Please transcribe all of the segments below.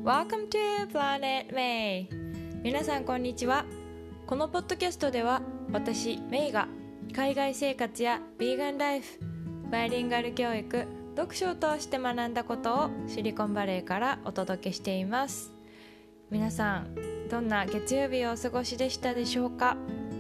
Welcome to Planet May。 皆さんこんにちは。このポッドキャストでは私メイが海外生活やビーガンライフ、バイリンガル教育、読書を通して学んだことをシリコンバレーからお届けしています。皆さんどんな月曜日をお過ごしでしたでしょうか。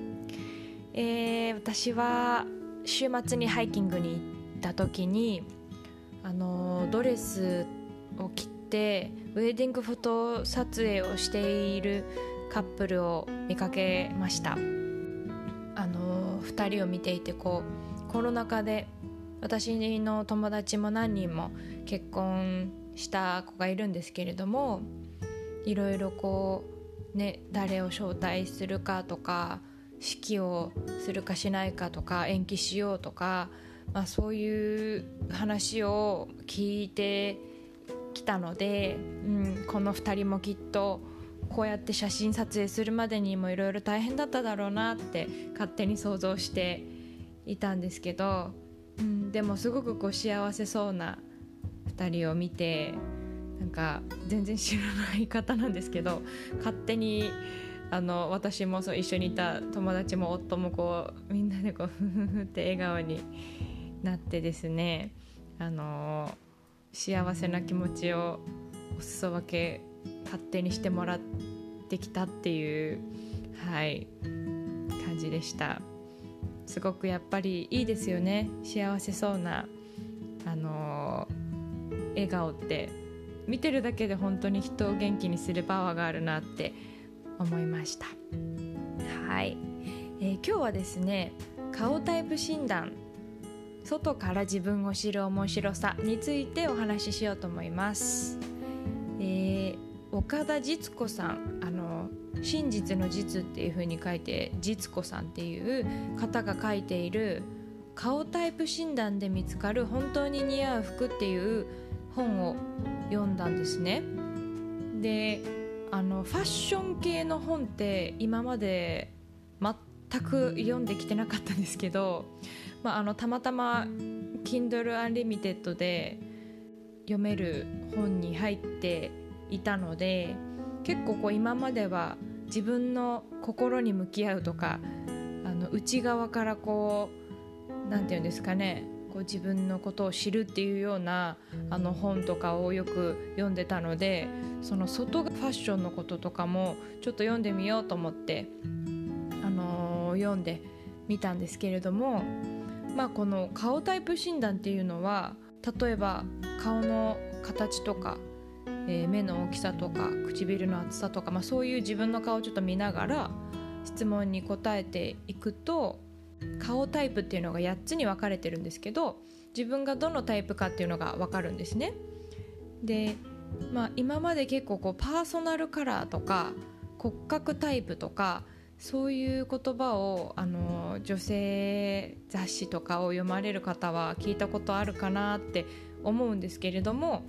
私は週末にハイキングに行った時にドレスを着てウェディングフォト撮影をしているカップルを見かけました。2人を見ていてコロナ禍で私の友達も何人も結婚した子がいるんですけれども、いろいろ誰を招待するかとか式をするかしないかとか延期しようとか、そういう話を聞いてきたので、この2人もきっとこうやって写真撮影するまでにもいろいろ大変だっただろうなって勝手に想像していたんですけど、でもすごく幸せそうな2人を見て、なんか全然知らない方なんですけど、勝手に私も一緒にいた友達も夫もみんなでフフフって笑顔になってですね、幸せな気持ちをお裾分け勝手にしてもらってきたっていう、感じでした。すごくやっぱりいいですよね。幸せそうな笑顔って見てるだけで本当に人を元気にするパワーがあるなって思いました。今日はですね、顔タイプ診断、外から自分を知る面白さについてお話ししようと思います。岡田実子さん、真実の実っていう風に書いて実子さんっていう方が書いている顔タイプ診断で見つかる本当に似合う服っていう本を読んだんですね。でファッション系の本って今まで全く読んできてなかったんですけど、たまたま Kindle Unlimited で読める本に入っていたので、結構今までは自分の心に向き合うとか内側からなんていうんですかね、自分のことを知るっていうような本とかをよく読んでたので、その外ファッションのこととかもちょっと読んでみようと思って読んでみたんですけれども、この顔タイプ診断っていうのは、例えば顔の形とか、目の大きさとか唇の厚さとか、そういう自分の顔をちょっと見ながら質問に答えていくと、顔タイプっていうのが8つに分かれてるんですけど、自分がどのタイプかっていうのが分かるんですね。で、今まで結構パーソナルカラーとか骨格タイプとかそういう言葉を女性雑誌とかを読まれる方は聞いたことあるかなって思うんですけれども、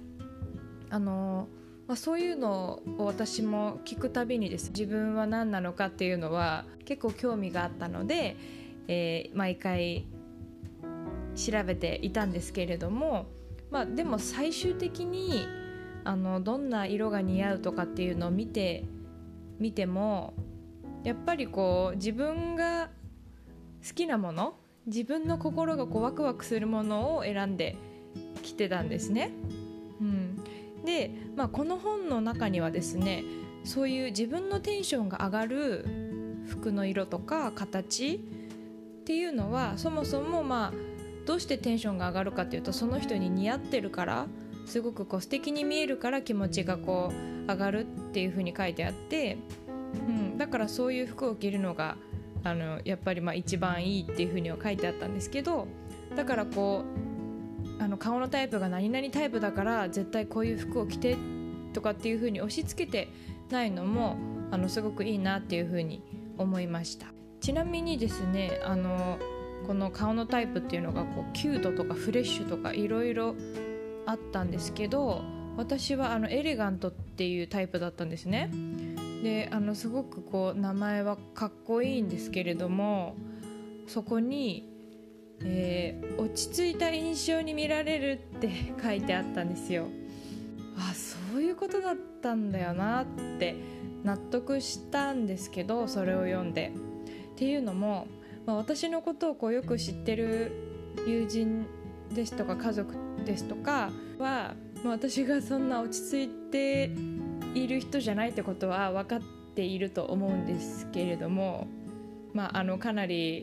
そういうのを私も聞くたびにです、自分は何なのかっていうのは結構興味があったので、毎回調べていたんですけれども、でも最終的にどんな色が似合うとかっていうのを見ても、やっぱり自分が好きなもの、自分の心がワクワクするものを選んできてたんですね。で、この本の中にはですね、そういう自分のテンションが上がる服の色とか形っていうのは、そもそもどうしてテンションが上がるかっていうと、その人に似合ってるから、すごく素敵に見えるから気持ちが上がるっていう風に書いてあって、だからそういう服を着るのがやっぱり一番いいっていう風には書いてあったんですけど、だから顔のタイプが何々タイプだから絶対こういう服を着てとかっていう風に押し付けてないのもすごくいいなっていう風に思いました。ちなみにですね、この顔のタイプっていうのがキュートとかフレッシュとかいろいろあったんですけど、私はエレガントっていうタイプだったんですね。ですごく名前はかっこいいんですけれども、そこに、落ち着いた印象に見られるって書いてあったんですよ。そういうことだっったんだよなって納得したんですけど、それを読んで。っていうのも、私のことをよく知ってる友人ですとか家族ですとかは、私がそんな落ち着いている人じゃないってことは分かっていると思うんですけれども、かなり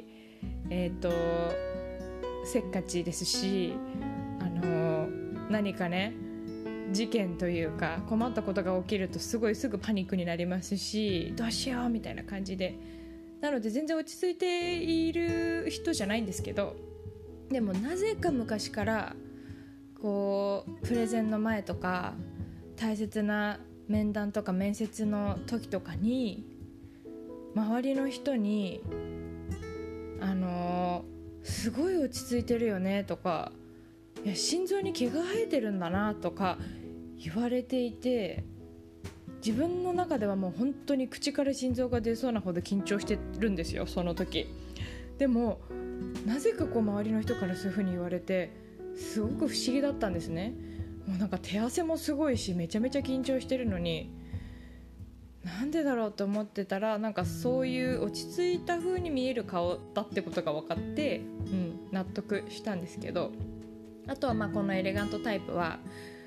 せっかちですし、何かね事件というか困ったことが起きるとすぐパニックになりますし、どうしようみたいな感じで、なので全然落ち着いている人じゃないんですけど、でもなぜか昔からプレゼンの前とか大切な面談とか面接の時とかに周りの人にすごい落ち着いてるよねとか、いや心臓に毛が生えてるんだなとか言われていて、自分の中ではもう本当に口から心臓が出そうなほど緊張してるんですよ、その時。でもなぜか周りの人からそういう風に言われてすごく不思議だったんですね。もうなんか手汗もすごいしめちゃめちゃ緊張してるのに、なんでだろうと思ってたら、なんかそういう落ち着いた風に見える顔だってことが分かって、納得したんですけど、あとはこのエレガントタイプは、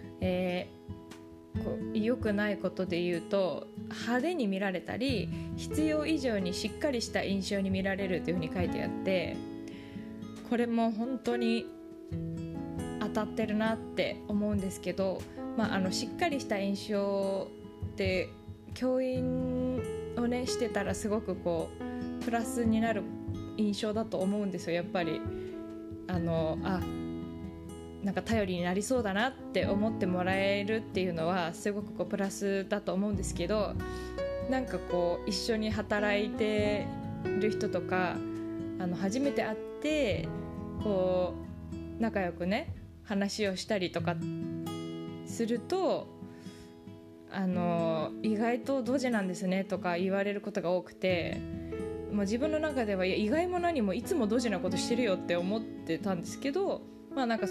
良くないことで言うと派手に見られたり必要以上にしっかりした印象に見られるというふうに書いてあって、これも本当に当たってるなって思うんですけど、しっかりした印象って教員をねしてたらすごくプラスになる印象だと思うんですよ。やっぱりなんか頼りになりそうだなって思ってもらえるっていうのはすごくプラスだと思うんですけど、なんか一緒に働いてる人とか初めて会って仲良くね話をしたりとかすると意外とドジなんですねとか言われることが多くて、自分の中では意外も何もいつもドジなことしてるよって思ってたんですけど、なんか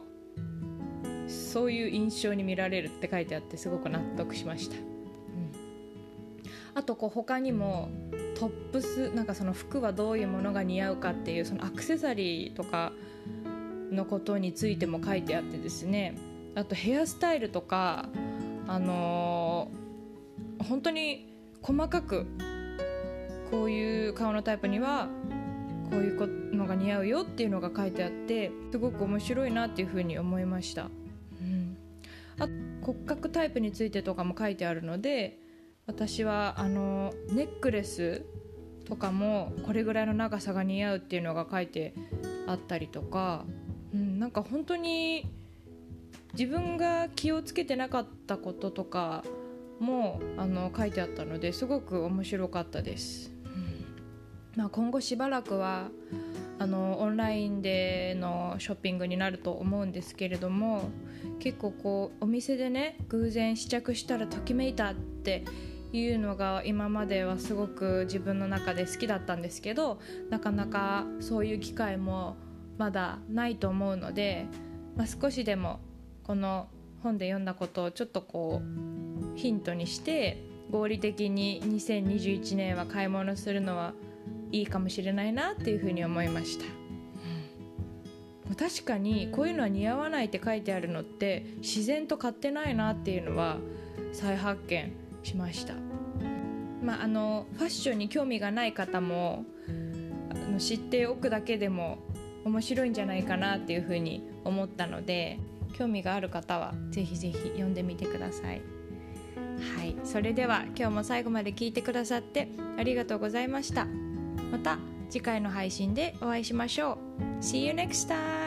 そういう印象に見られるって書いてあってすごく納得しました。あと他にもトップス、なんかその服はどういうものが似合うかっていうそのアクセサリーとかのことについても書いてあってですね、あとヘアスタイルとか本当に細かくこういう顔のタイプにはこういうのが似合うよっていうのが書いてあって、すごく面白いなっていうふうに思いました。あと骨格タイプについてとかも書いてあるので、私はネックレスとかもこれぐらいの長さが似合うっていうのが書いてあったりとか、なんか本当に自分が気をつけてなかったこととかも書いてあったので、すごく面白かったです。今後しばらくはオンラインでのショッピングになると思うんですけれども、結構お店でね偶然試着したらときめいたっていうのが今まではすごく自分の中で好きだったんですけど、なかなかそういう機会もまだないと思うので、少しでもこの本で読んだことをちょっとヒントにして合理的に2021年は買い物するのはいいかもしれないなっていうふうに思いました。確かにこういうのは似合わないって書いてあるのって自然と買ってないなっていうのは再発見しました。ファッションに興味がない方も知っておくだけでも面白いんじゃないかなっていうふうに思ったので、興味がある方はぜひぜひ読んでみてください。はい、それでは今日も最後まで聞いてくださってありがとうございました。また次回の配信でお会いしましょう。See you next time!